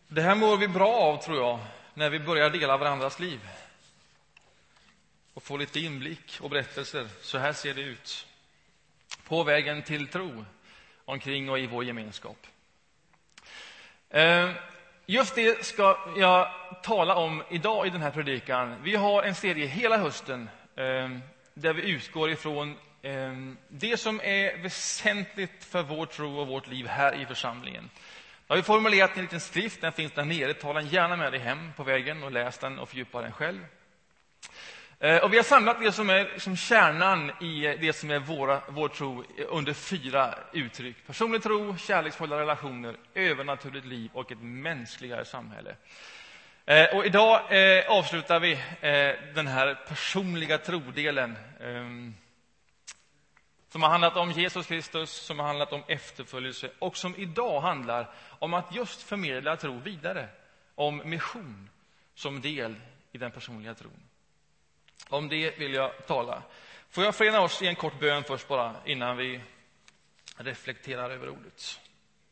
Det här mår vi bra av, tror jag, när vi börjar dela varandras liv. Och få lite inblick och berättelser. Så här ser det ut. På vägen till tro, omkring och i vår gemenskap. Just det ska jag tala om idag i den här predikan. Vi har en serie hela hösten där vi utgår ifrån det som är väsentligt för vår tro och vårt liv här i församlingen. Jag har formulerat en liten skrift, den finns där nere. Ta den gärna med dig hem på vägen och läs den och fördjupa den själv. Och vi har samlat det som är som kärnan i det som är vår tro under 4 uttryck. Personlig tro, kärleksfulla relationer, övernaturligt liv och ett mänskligare samhälle. Och idag avslutar vi den här personliga trodelen som har handlat om Jesus Kristus, som har handlat om efterföljelse och som idag handlar om att just förmedla tro vidare, om mission som del i den personliga tron. Om det vill jag tala. Får jag förena oss i en kort bön först bara innan vi reflekterar över ordet.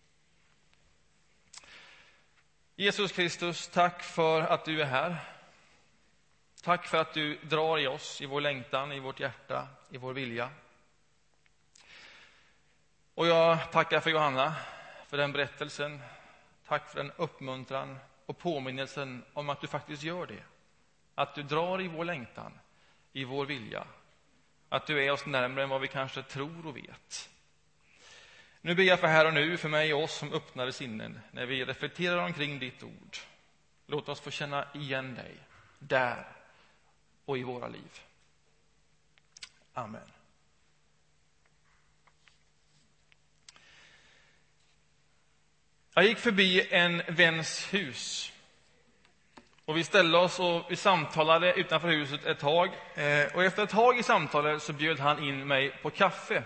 Jesus Kristus, tack för att du är här. Tack för att du drar i oss, i vår längtan, i vårt hjärta, i vår vilja. Och jag tackar för Johanna, för den berättelsen. Tack för den uppmuntran och påminnelsen om att du faktiskt gör det. Att du drar i vår längtan, i vår vilja. Att du är oss närmare än vad vi kanske tror och vet. Nu ber jag för här och nu, för mig och oss som öppnade sinnen, när vi reflekterar omkring ditt ord. Låt oss få känna igen dig, där och i våra liv. Amen. Jag gick förbi en väns hus. Och vi ställde oss och vi samtalade utanför huset ett tag. Och efter ett tag i samtalet så bjöd han in mig på kaffe.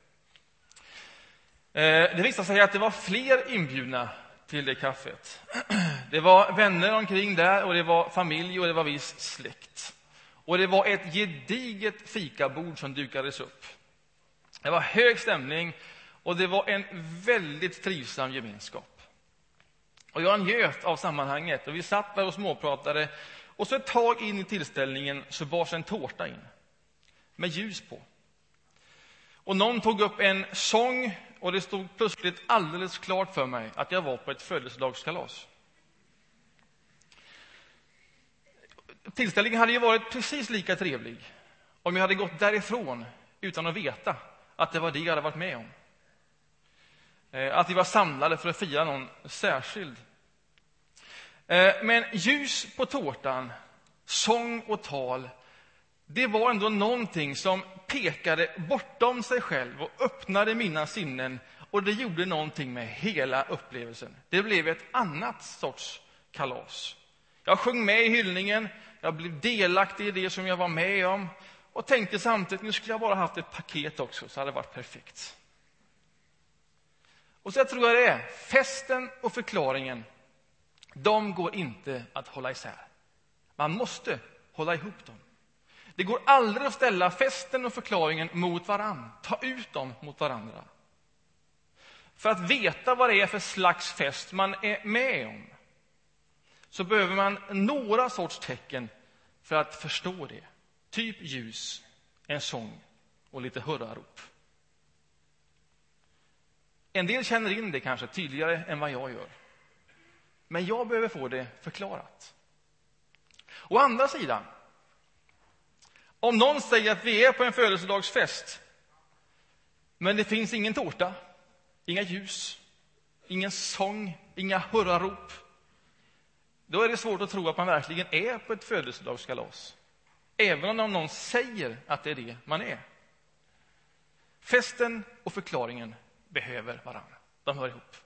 Det visade sig att det var fler inbjudna till det kaffet. Det var vänner omkring där och det var familj och det var viss släkt. Och det var ett gediget fikabord som dukades upp. Det var hög stämning och det var en väldigt trivsam gemenskap. Och jag njöt av sammanhanget och vi satt där och småpratade. Och så ett tag in i tillställningen så bars en tårta in. Med ljus på. Och någon tog upp en sång och det stod plötsligt alldeles klart för mig att jag var på ett födelsedagskalas. Tillställningen hade ju varit precis lika trevlig om jag hade gått därifrån utan att veta att det var det jag hade varit med om. Att vi var samlade för att fira någon särskild. Men ljus på tårtan, sång och tal, det var ändå någonting som pekade bortom sig själv och öppnade mina sinnen. Och det gjorde någonting med hela upplevelsen. Det blev ett annat sorts kalas. Jag sjöng med i hyllningen, jag blev delaktig i det som jag var med om. Och tänkte samtidigt, nu skulle jag bara haft ett paket också så hade det varit perfekt. Och så jag tror jag det är, festen och förklaringen, de går inte att hålla isär. Man måste hålla ihop dem. Det går aldrig att ställa festen och förklaringen mot varann. Ta ut dem mot varandra. För att veta vad det är för slags fest man är med om, så behöver man några sorts tecken för att förstå det. Typ ljus, en sång och lite hurrarop. En del känner in det kanske tydligare än vad jag gör. Men jag behöver få det förklarat. Å andra sidan, om någon säger att vi är på en födelsedagsfest, men det finns ingen tårta, inga ljus, ingen sång, inga hurrarop, då är det svårt att tro att man verkligen är på ett födelsedagskalas. Även om någon säger att det är det man är. Festen och förklaringen behöver varandra. De hör ihop.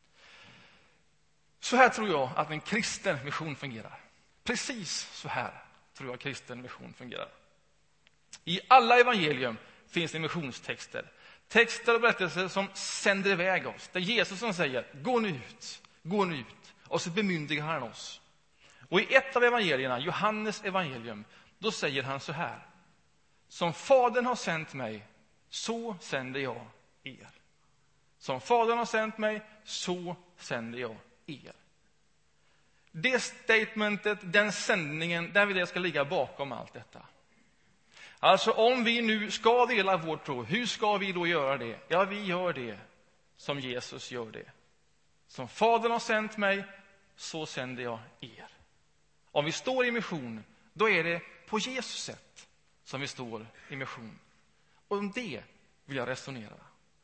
Så här tror jag att en kristen mission fungerar. Precis så här tror jag kristen mission fungerar. I alla evangelium finns det missionstexter. Texter och berättelser som sänder iväg oss. Där Jesus som säger, gå nu ut, gå nu ut. Och så bemyndigar han oss. Och i ett av evangelierna, Johannes evangelium, då säger han så här. Som Fadern har sänt mig, så sänder jag er. Som Fadern har sänt mig, så sänder jag er. Det statementet, den sändningen, där det ska ligga bakom allt detta. Alltså om vi nu ska dela vår tro, hur ska vi då göra det? Ja, vi gör det som Jesus gör det. Som Fadern har sänt mig, så sänder jag er. Om vi står i mission, då är det på Jesus sätt som vi står i mission. Och om det vill jag resonera.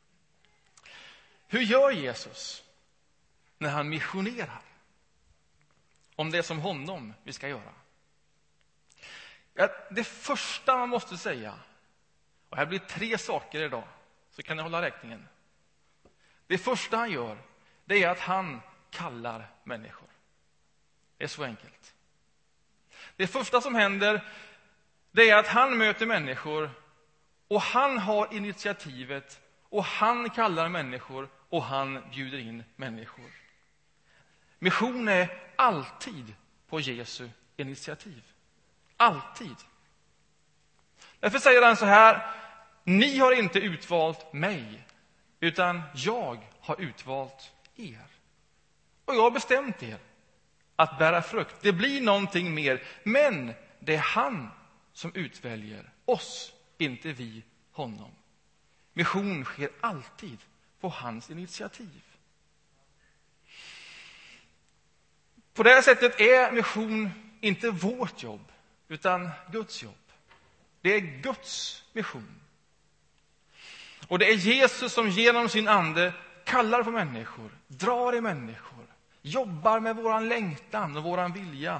Hur gör Jesus när han missionerar? Om det är som honom vi ska göra. Ja, det första man måste säga, och här blir 3 saker idag, så kan ni hålla räkningen. Det första han gör, det är att han kallar människor. Det är så enkelt. Det första som händer, det är att han möter människor och han har initiativet och han kallar människor och han bjuder in människor. Mission är alltid på Jesu initiativ. Alltid. Därför säger han så här: ni har inte utvalt mig, utan jag har utvalt er. Och jag har bestämt er att bära frukt. Det blir någonting mer, men det är han som utväljer oss, inte vi honom. Mission sker alltid på hans initiativ. På det här sättet är mission inte vårt jobb, utan Guds jobb. Det är Guds mission. Och det är Jesus som genom sin ande kallar på människor, drar i människor, jobbar med våran längtan och våran vilja.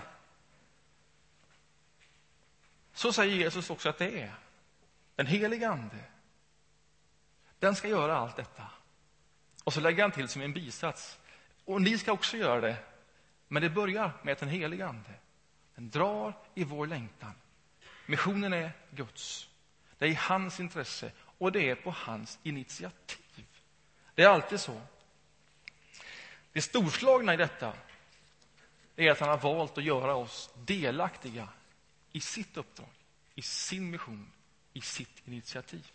Så säger Jesus också att det är. Den heliga ande, den ska göra allt detta. Och så lägger han till som en bisats: och ni ska också göra det. Men det börjar med att den heliga ande, den drar i vår längtan. Missionen är Guds. Det är i hans intresse och det är på hans initiativ. Det är alltid så. Det storslagna i detta är att han har valt att göra oss delaktiga i sitt uppdrag, i sin mission, i sitt initiativ.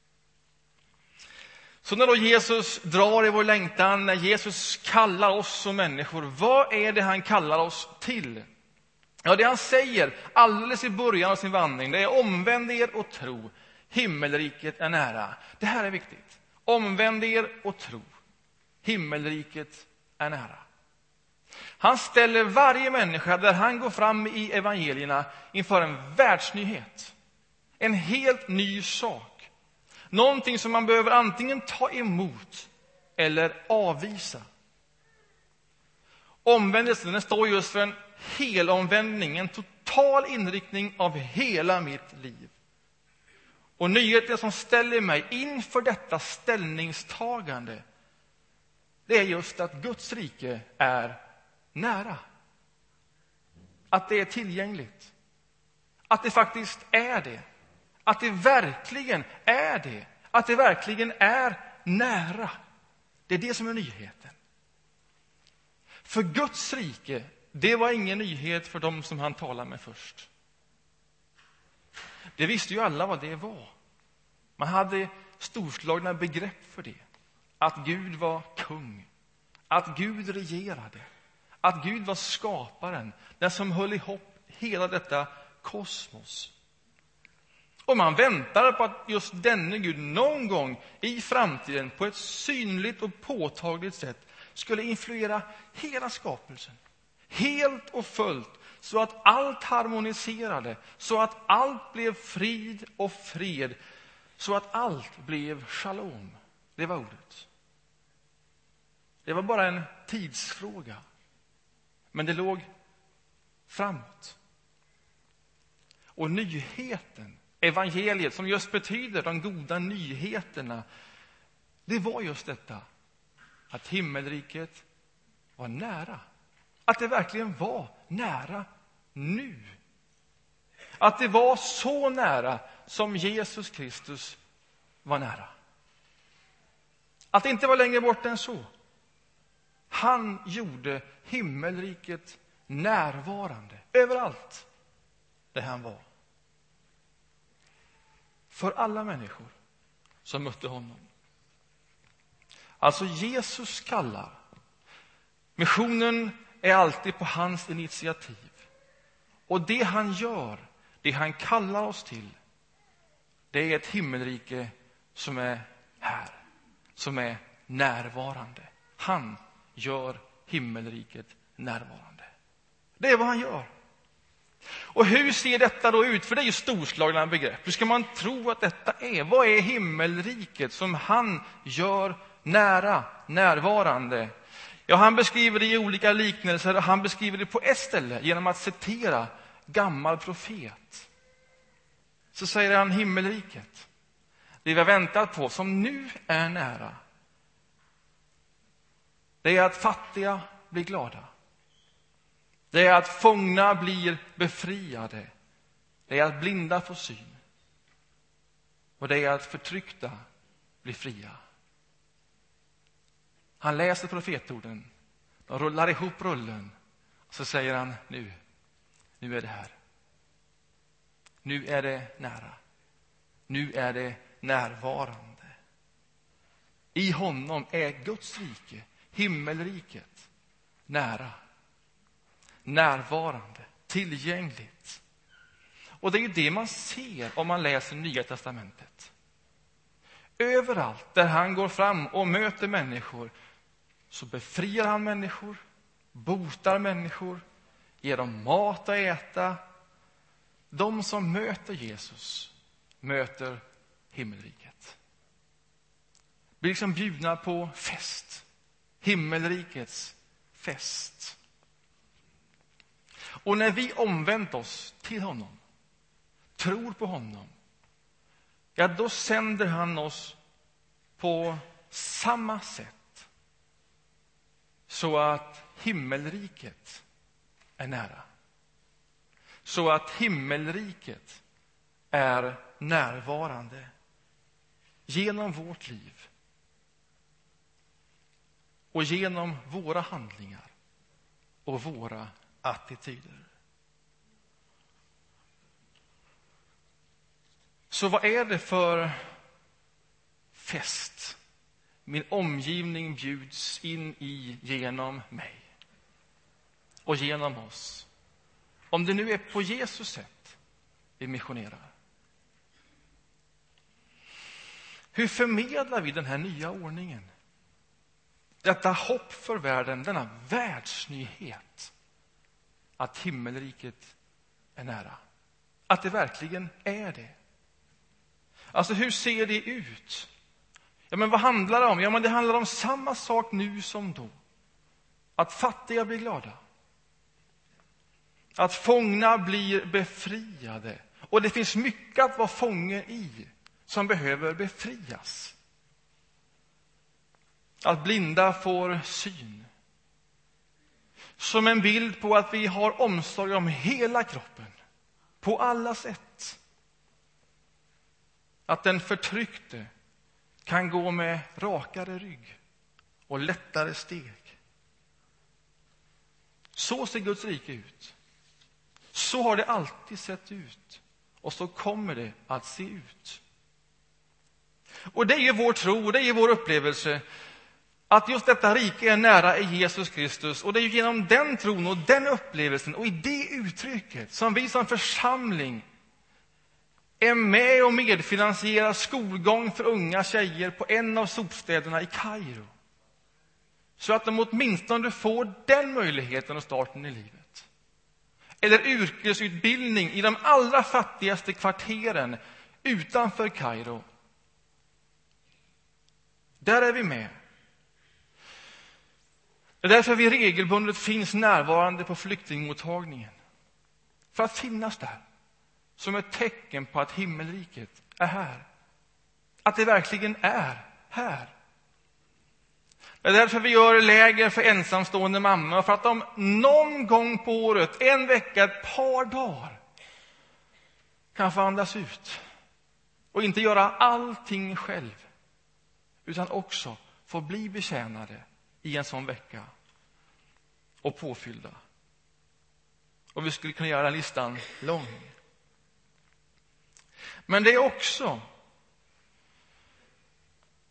Så när då Jesus drar i vår längtan, när Jesus kallar oss som människor, vad är det han kallar oss till? Ja, det han säger alldeles i början av sin vandring, det är: omvänd er och tro, himmelriket är nära. Det här är viktigt. Omvänd er och tro, himmelriket är nära. Han ställer varje människa där han går fram i evangelierna inför en världsnyhet. En helt ny sak. Någonting som man behöver antingen ta emot eller avvisa. Omvändelsen står just för en helomvändning, en total inriktning av hela mitt liv. Och nyheten som ställer mig inför detta ställningstagande, det är just att Guds rike är nära. Att det är tillgängligt. Att det faktiskt är det. Att det verkligen är det. Att det verkligen är nära. Det är det som är nyheten. För Guds rike, det var ingen nyhet för dem som han talade med först. Det visste ju alla vad det var. Man hade storslagna begrepp för det. Att Gud var kung. Att Gud regerade. Att Gud var skaparen. Den som höll ihop hela detta kosmos. Och man väntade på att just denne Gud någon gång i framtiden på ett synligt och påtagligt sätt skulle influera hela skapelsen. Helt och fullt, så att allt harmoniserade, så att allt blev frid och fred, så att allt blev shalom. Det var ordet. Det var bara en tidsfråga. Men det låg framåt. Och nyheten, evangeliet, som just betyder de goda nyheterna, det var just detta: att himmelriket var nära. Att det verkligen var nära nu. Att det var så nära som Jesus Kristus var nära. Att det inte var längre bort än så. Han gjorde himmelriket närvarande överallt där han var. För alla människor som mötte honom. Alltså Jesus kallar. Missionen är alltid på hans initiativ. Och det han gör, det han kallar oss till, det är ett himmelrike som är här, som är närvarande. Han gör himmelriket närvarande. Det är vad han gör. Och hur ser detta då ut? För det är ju storslagna begrepp. Hur ska man tro att detta är? Vad är himmelriket som han gör nära, närvarande? Ja, han beskriver det i olika liknelser. Han beskriver det på ett ställe genom att citera gammal profet. Så säger han himmelriket, det vi har väntat på, som nu är nära. Det är att fattiga blir glada. Det är att fångna blir befriade. Det är att blinda får syn. Och det är att förtryckta blir fria. Han läser profetorden. De rullar ihop rullen. Och så säger han, nu är det här. Nu är det nära. Nu är det närvarande. I honom är Guds rike, himmelriket, nära. Närvarande, tillgängligt. Och det är ju det man ser om man läser Nya testamentet. Överallt där han går fram och möter människor så befriar han människor, botar människor, ger dem mat att äta. De som möter Jesus möter himmelriket. Blir liksom bjudna på fest. Himmelrikets fest. Och när vi omvänt oss till honom, tror på honom, ja, då sänder han oss på samma sätt så att himmelriket är nära. Så att himmelriket är närvarande genom vårt liv och genom våra handlingar och våra attityder. Så vad är det för fest min omgivning bjuds in i genom mig och genom oss? Om det nu är på Jesus sätt vi missionerar. Hur förmedlar vi den här nya ordningen? Detta hopp för världen, denna världsnyhet. Att himmelriket är nära. Att det verkligen är det. Alltså hur ser det ut? Ja, men vad handlar det om? Ja, men det handlar om samma sak nu som då. Att fattiga blir glada. Att fångna blir befriade. Och det finns mycket att vara fånge i som behöver befrias. Att blinda får syn. Som en bild på att vi har omsorg om hela kroppen. På alla sätt. Att den förtryckte kan gå med rakare rygg och lättare steg. Så ser Guds rike ut. Så har det alltid sett ut. Och så kommer det att se ut. Och det är ju vår tro, det är ju vår upplevelse att just detta rike är nära i Jesus Kristus. Och det är ju genom den tron och den upplevelsen och i det uttrycket som vi som församling är med och medfinansierar skolgång för unga tjejer på en av sopstäderna i Kairo. Så att de åtminstone får den möjligheten och starten i livet. Eller yrkesutbildning i de allra fattigaste kvarteren utanför Kairo. Där är vi med. Det är därför vi regelbundet finns närvarande på flyktingmottagningen. För att finnas där. Som ett tecken på att himmelriket är här. Att det verkligen är här. Det är därför vi gör läger för ensamstående mammor. För att de någon gång på året, en vecka, ett par dagar kan få andas ut. Och inte göra allting själv. Utan också få bli betjänade i en sån vecka. Och påfyllda. Och vi skulle kunna göra listan lång. Men det är också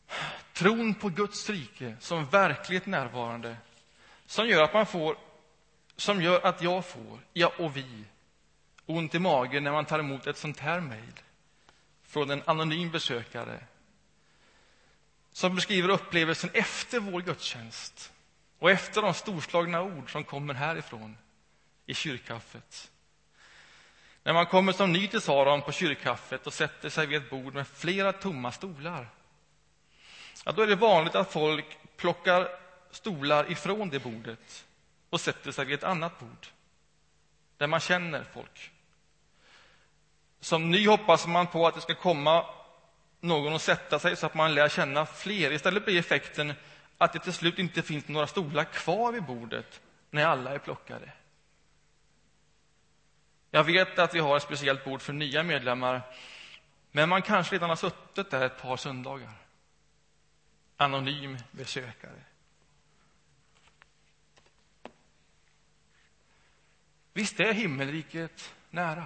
tron på Guds rike som verkligt närvarande som gör att man får som gör att jag får, ja och vi, ont i magen när man tar emot ett sånt här mejl från en anonym besökare som beskriver upplevelsen efter vår gudstjänst och efter de storslagna ord som kommer härifrån i kyrkkaffet. När man kommer som ny till Saron på kyrkkaffet och sätter sig vid ett bord med flera tomma stolar, ja, då är det vanligt att folk plockar stolar ifrån det bordet och sätter sig vid ett annat bord där man känner folk. Som ny hoppas man på att det ska komma någon att sätta sig så att man lär känna fler. Istället blir effekten att det till slut inte finns några stolar kvar vid bordet när alla är plockade. Jag vet att vi har ett speciellt bord för nya medlemmar, men man kanske redan har suttit där ett par söndagar. Anonym besökare. Visst är himmelriket nära?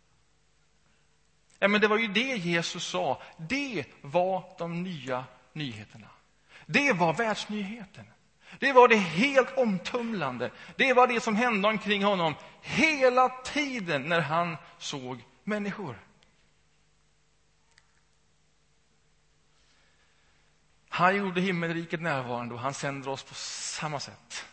Ja, men det var ju det Jesus sa. Det var de nya nyheterna. Det var världsnyheten. Det var det helt omtumlande. Det var det som hände omkring honom hela tiden när han såg människor. Han gjorde himmelriket närvarande och han sänder oss på samma sätt.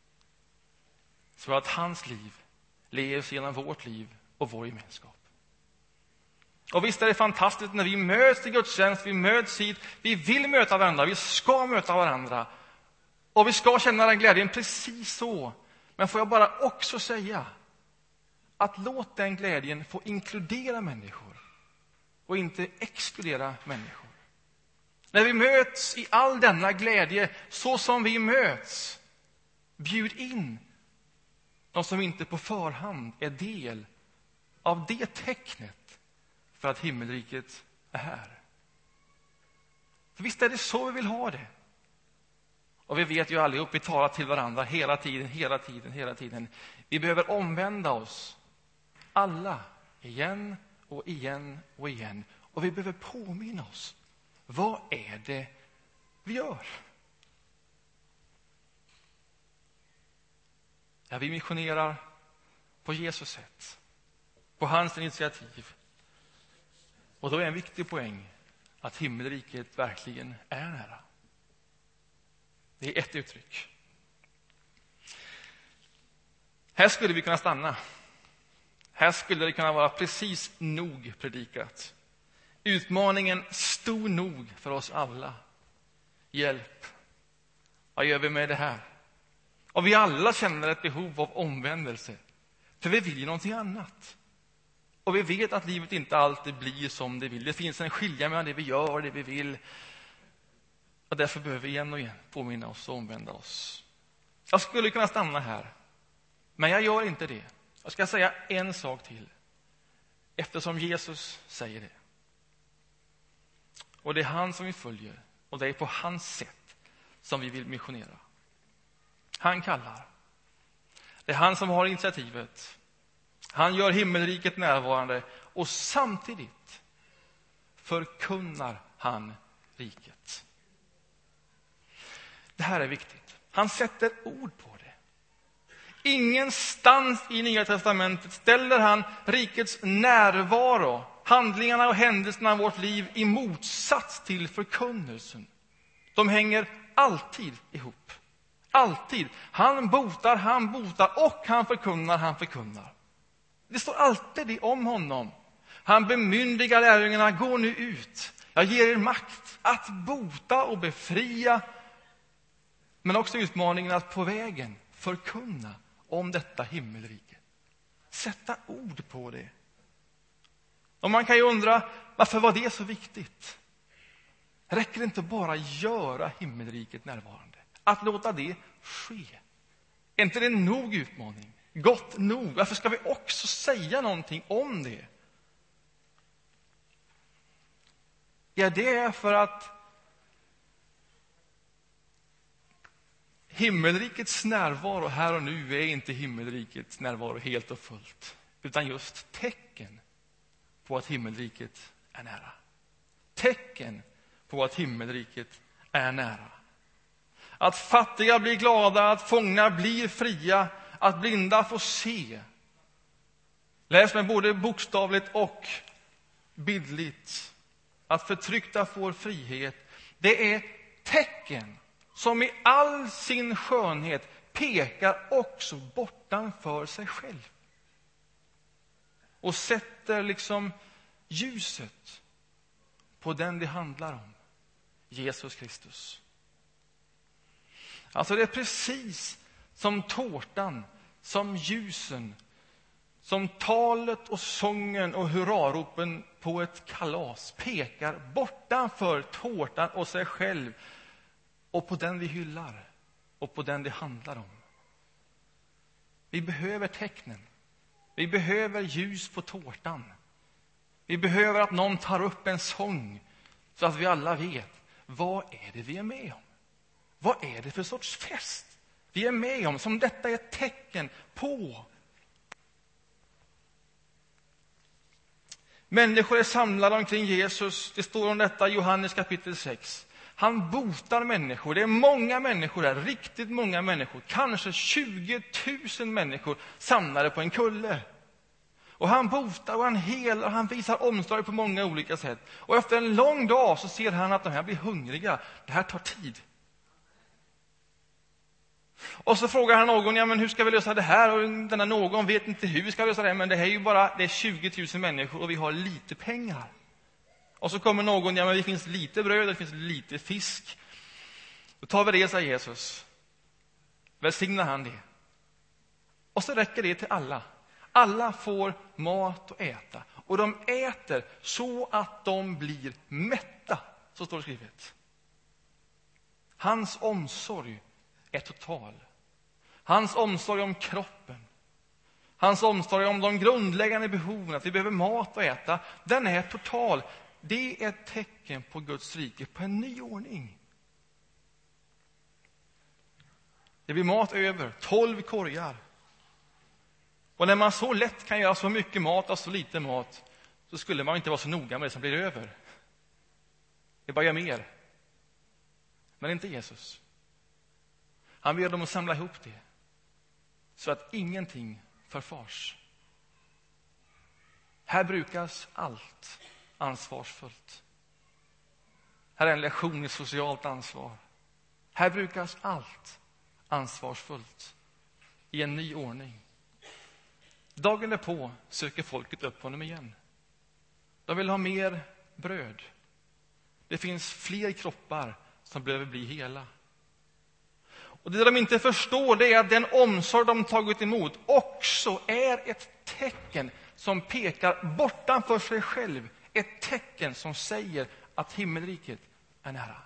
Så att hans liv levs genom vårt liv och vår gemenskap. Och visst är det fantastiskt när vi möts i gudstjänst, vi möts hit, vi vill möta varandra, vi ska möta varandra. Och vi ska känna den glädjen precis så. Men får jag bara också säga att låt den glädjen få inkludera människor och inte exkludera människor. När vi möts i all denna glädje, så som vi möts, bjud in de som inte på förhand är del av det tecknet för att himmelriket är här. För visst är det så vi vill ha det. Och vi vet ju allihop, vi talar till varandra hela tiden. Vi behöver omvända oss alla igen och igen och igen. Och vi behöver påminna oss, vad är det vi gör? Ja, vi missionerar på Jesus sätt, på hans initiativ. Och då är en viktig poäng att himmelriket verkligen är nära. Det är ett uttryck. Här skulle vi kunna stanna. Här skulle det kunna vara precis nog predikat. Utmaningen stor nog för oss alla. Hjälp. Vad gör vi med det här? Och vi alla känner ett behov av omvändelse. För vi vill ju någonting annat. Och vi vet att livet inte alltid blir som det vill. Det finns en skilja mellan det vi gör och det vi vill. Och därför behöver vi igen och igen påminna oss och omvända oss. Jag skulle kunna stanna här. Men jag gör inte det. Jag ska säga en sak till. Eftersom Jesus säger det. Och det är han som vi följer. Och det är på hans sätt som vi vill missionera. Han kallar. Det är han som har initiativet. Han gör himmelriket närvarande. Och samtidigt förkunnar han riket. Det här är viktigt. Han sätter ord på det. Ingenstans i Nya testamentet ställer han rikets närvaro, handlingarna och händelserna i vårt liv i motsats till förkunnelsen. De hänger alltid ihop. Alltid. Han botar och han förkunnar. Det står alltid det om honom. Han bemyndigar lärjungarna, gå nu ut. Jag ger er makt att bota och befria. Men också utmaningen att på vägen förkunna om detta himmelrike. Sätta ord på det. Och man kan ju undra, varför var det så viktigt? Räcker det inte bara göra himmelriket närvarande? Att låta det ske. Är inte det nog utmaning? Gott nog. Varför ska vi också säga någonting om det? Ja, det är för att himmelrikets närvaro här och nu är inte himmelrikets närvaro helt och fullt. Utan just tecken på att himmelriket är nära. Tecken på att himmelriket är nära. Att fattiga blir glada, att fångar blir fria, att blinda får se. Läs med både bokstavligt och bildligt. Att förtryckta får frihet. Det är tecken som i all sin skönhet pekar också bortanför sig själv. Och sätter liksom ljuset på den det handlar om. Jesus Kristus. Alltså det är precis som tårtan, som ljusen, som talet och sången och hurraropen på ett kalas pekar bortanför tårtan och sig själv och på den vi hyllar och på den det handlar om. Vi behöver tecknen. Vi behöver ljus på tårtan. Vi behöver att någon tar upp en sång så att vi alla vet vad är det vi är med om. Vad är det för sorts fest vi är med om som detta är ett tecken på? Människor är samlade omkring Jesus. Det står om detta i Johannes kapitel 6. Han botar människor. Det är många människor där, riktigt många människor. Kanske 20 000 människor samlade på en kulle. Och han botar och han helar och han visar omsorg på många olika sätt. Och efter en lång dag så ser han att de här blir hungriga. Det här tar tid. Och så frågar han någon, ja men hur ska vi lösa det här? Och denna någon vet inte hur vi ska lösa det, men det här är ju bara, det är 20 000 människor och vi har lite pengar. Och så kommer någon, ja men det finns lite bröd, det finns lite fisk. Då tar vi det, säger Jesus. Välsignar han det. Och så räcker det till alla. Alla får mat att äta. Och de äter så att de blir mätta, så står det skrivet. Hans omsorg är total. Hans omsorg om kroppen. Hans omsorg om de grundläggande behoven, att vi behöver mat att äta, den är total. Det är ett tecken på Guds rike, på en ny ordning. Det blir mat över, 12 korgar. Och när man så lätt kan göra så mycket mat och så lite mat, så skulle man inte vara så noga med det som blir över. Det bara gör mer. Men inte Jesus. Han ber dem att samla ihop det, så att ingenting förfars. Här brukas allt ansvarsfullt. Här är en lektion i socialt ansvar. Här brukas allt ansvarsfullt i en ny ordning. Dagen därpå söker folket upp honom igen. De vill ha mer bröd. Det finns fler kroppar som behöver bli hela. Och det de inte förstår, det är att den omsorg de tagit emot också är ett tecken som pekar bortanför sig själv. Ett tecken som säger att himmelriket är nära.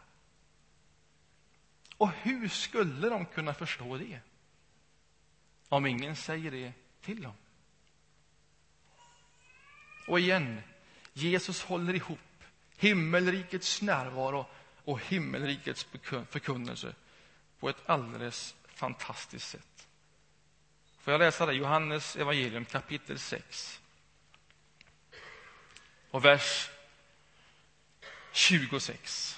Och hur skulle de kunna förstå det om ingen säger det till dem? Och igen, Jesus håller ihop himmelrikets närvaro och himmelrikets förkunnelse på ett alldeles fantastiskt sätt. Får jag läsa det? Johannes evangelium kapitel 6 och vers 26.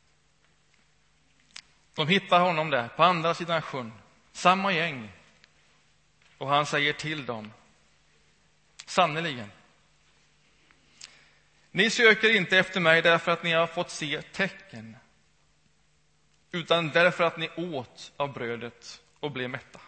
De hittar honom där på andra sidan sjön, samma gäng. Och han säger till dem: sannerligen, ni söker inte efter mig därför att ni har fått se tecken, utan därför att ni åt av brödet och blev mätta.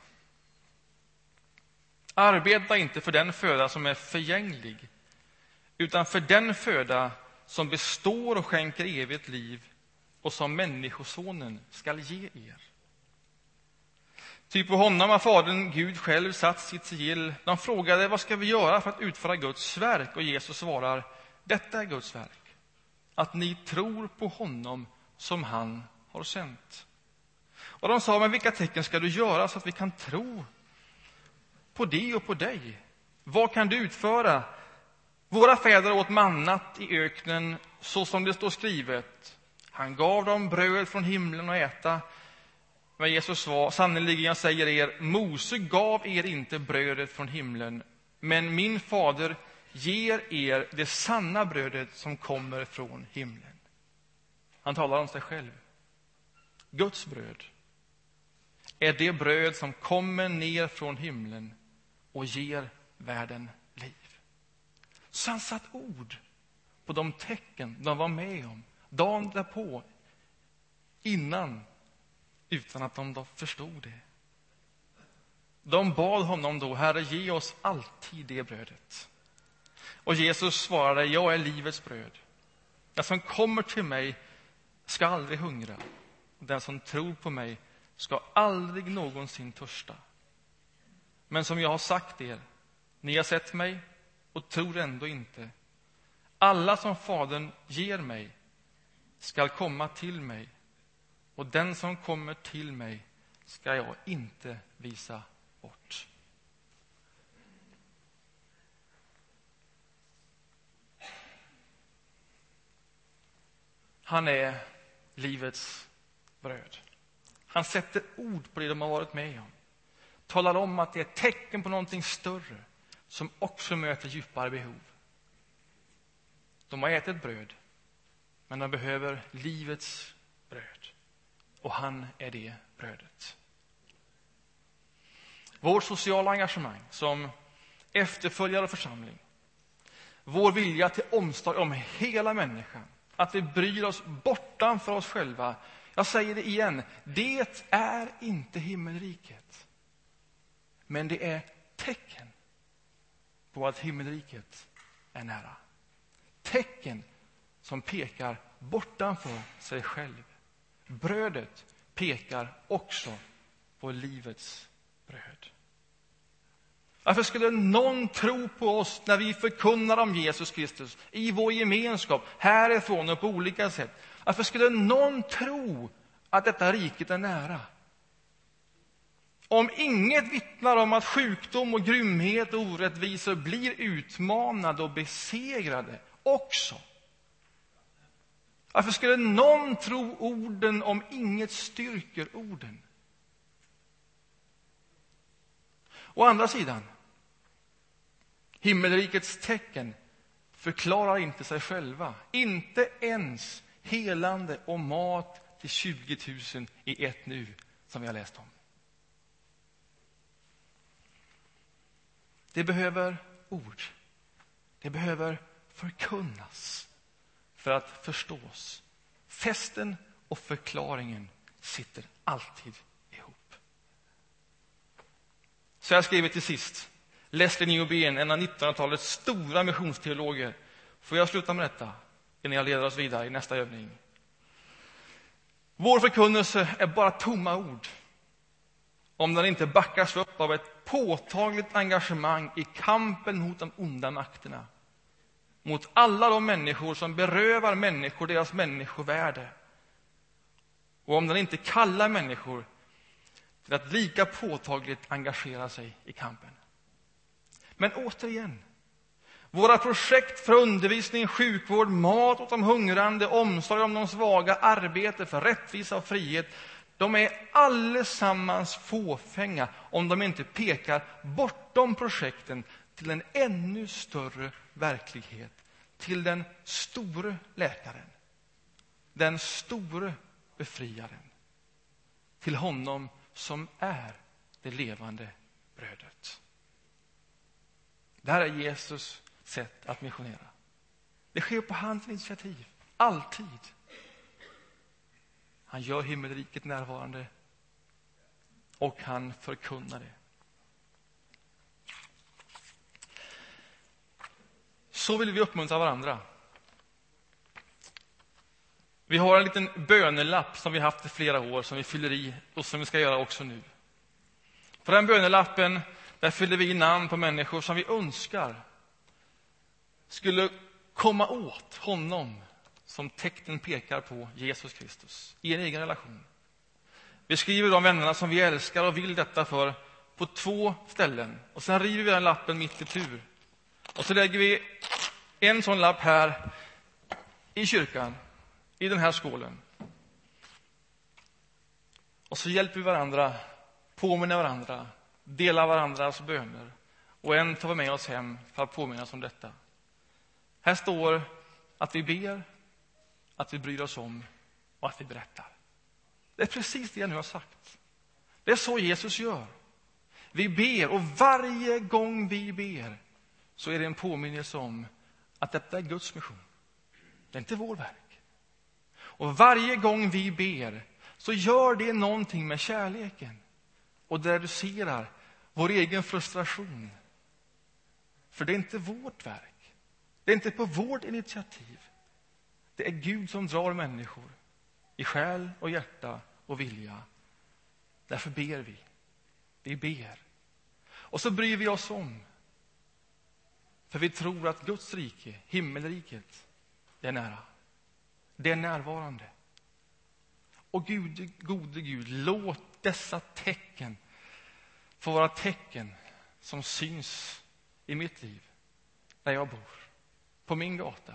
Arbeta inte för den föda som är förgänglig, utan för den föda som består och skänker evigt liv och som människosonen skall ge er. Ty på honom har Fadern Gud själv satt sitt sigill. De frågade: vad ska vi göra för att utföra Guds verk? Och Jesus svarar: detta är Guds verk, att ni tror på honom som han har sänt. Och de sa: men vilka tecken ska du göra så att vi kan tro på det och på dig? Vad kan du utföra? Våra fäder åt mannat i öknen, så som det står skrivet. Han gav dem bröd från himlen att äta. Men Jesus svar: sannerligen jag säger er, Mose gav er inte brödet från himlen, men min fader ger er det sanna brödet som kommer från himlen. Han talar om sig själv. Guds bröd. är det bröd som kommer ner från himlen och ger världen liv. Så han satt ord på de tecken de var med om dagen därpå, innan, utan att de då förstod det. De bad honom då: Herre, ge oss alltid det brödet. Och Jesus svarade: jag är livets bröd. Den som kommer till mig ska aldrig hungra. Den som tror på mig ska aldrig någonsin törsta. Men som jag har sagt er, ni har sett mig och tror ändå inte. Alla som Fadern ger mig ska komma till mig, och den som kommer till mig ska jag inte visa bort. Han är livets bröd. Han sätter ord på det de har varit med om. Talar om att det är ett tecken på någonting större som också möter djupare behov. De har ätit bröd, men de behöver livets bröd. Och han är det brödet. Vårt sociala engagemang som efterföljare och församling, vår vilja till omsorg om hela människan, att vi bryr oss bortanför oss själva. Jag säger det igen, det är inte himmelriket. Men det är tecken på att himmelriket är nära. Tecken som pekar bortanför sig själv. Brödet pekar också på livets bröd. Varför skulle någon tro på oss när vi förkunnar om Jesus Kristus i vår gemenskap, härifrån och på olika sätt? Varför skulle någon tro att detta riket är nära? Om inget vittnar om att sjukdom och grymhet och orättvisor blir utmanade och besegrade också. Varför skulle någon tro orden om inget styrker orden? Å andra sidan, himmelrikets tecken förklarar inte sig själva. Inte ens helande och mat till 20 000 i ett nu, som vi har läst om. Det behöver ord. Det behöver förkunnas för att förstås. Festen och förklaringen sitter alltid ihop. Så jag skriver till sist. Lesslie Newbigin, en av 1900-talets stora missionsteologer. Får jag sluta med detta innan jag leder oss vidare i nästa övning? Vår förkunnelse är bara tomma ord om den inte backas upp av ett påtagligt engagemang i kampen mot de onda makterna. Mot alla de människor som berövar människor deras människovärde. Och om den inte kallar människor till att lika påtagligt engagera sig i kampen. Men återigen, våra projekt för undervisning, sjukvård, mat åt de hungrande, omsorg om de svaga, arbete för rättvisa och frihet, de är allesammans fåfänga om de inte pekar bortom projekten till en ännu större verklighet, till den store läkaren, den store befriaren, till honom som är det levande brödet. Det här är Jesus sätt att missionera. Det sker på hans initiativ, alltid. Han gör himmelriket närvarande och han förkunnar det. Så vill vi uppmuntra varandra. Vi har en liten bönelapp som vi haft i flera år som vi fyller i och som vi ska göra också nu. På den bönelappen där fyller vi i namn på människor som vi önskar skulle komma åt honom som tecknen pekar på Jesus Kristus i en egen relation. Vi skriver de vännerna som vi älskar och vill detta för på 2 ställen. Och sen river vi den lappen mitt i tur. Och så lägger vi en sån lapp här i kyrkan, i den här skålen. Och så hjälper vi varandra, påminner varandra, delar varandras böner. Och en tar vi med oss hem för att påminna oss om detta. Här står att vi ber, att vi bryr oss om och att vi berättar. Det är precis det jag nu har sagt. Det är så Jesus gör. Vi ber, och varje gång vi ber så är det en påminnelse om att detta är Guds mission. Det är inte vår verk. Och varje gång vi ber så gör det någonting med kärleken. Och det reducerar vår egen frustration. För det är inte vårt verk. Det är inte på vårt initiativ. Det är Gud som drar människor i själ och hjärta och vilja. Därför ber vi. Vi ber. Och så bryr vi oss om. För vi tror att Guds rike, himmelriket, det är nära. Det är närvarande. Och gode Gud, låt dessa tecken få vara tecken som syns i mitt liv, där jag bor, på min gata.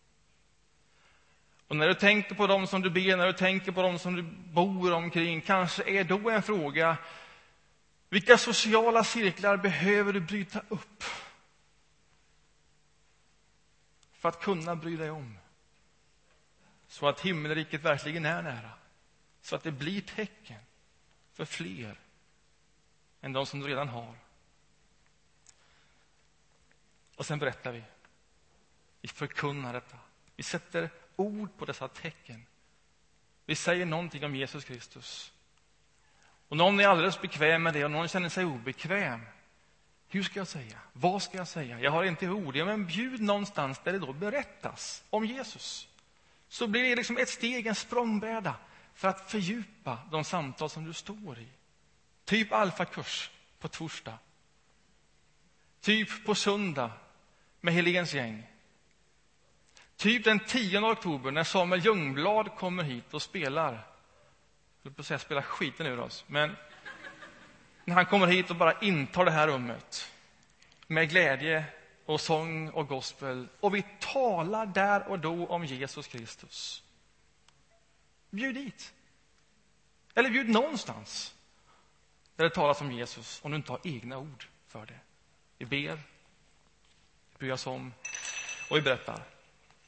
Och när du tänker på dem som du ber, när du tänker på dem som du bor omkring, kanske är då en fråga: vilka sociala cirklar behöver du bryta upp för att kunna bry dig om? Så att himmelriket verkligen är nära. Så att det blir tecken för fler än de som du redan har. Och sen berättar vi. Vi förkunnar detta. Vi sätter ord på dessa tecken. Vi säger någonting om Jesus Kristus. Och någon är alldeles bekväm med det och någon känner sig obekväm. Hur ska jag säga? Vad ska jag säga? Jag har inte ord. Ja, men bjud någonstans där det då berättas om Jesus. Så blir det liksom ett steg, en språngbräda för att fördjupa de samtal som du står i. Typ alfakurs på torsdag. Typ på söndag med Helens gäng. Typ den 10 oktober när Samuel Ljungblad kommer hit och spelar. Jag vill på att säga spelar skiten ur oss. Men när han kommer hit och bara intar det här rummet med glädje och sång och gospel. Och vi talar där och då om Jesus Kristus. Bjud dit. Eller bjud någonstans där det talas om Jesus, om du inte har egna ord för det. Vi ber, vi bryr oss om och vi berättar.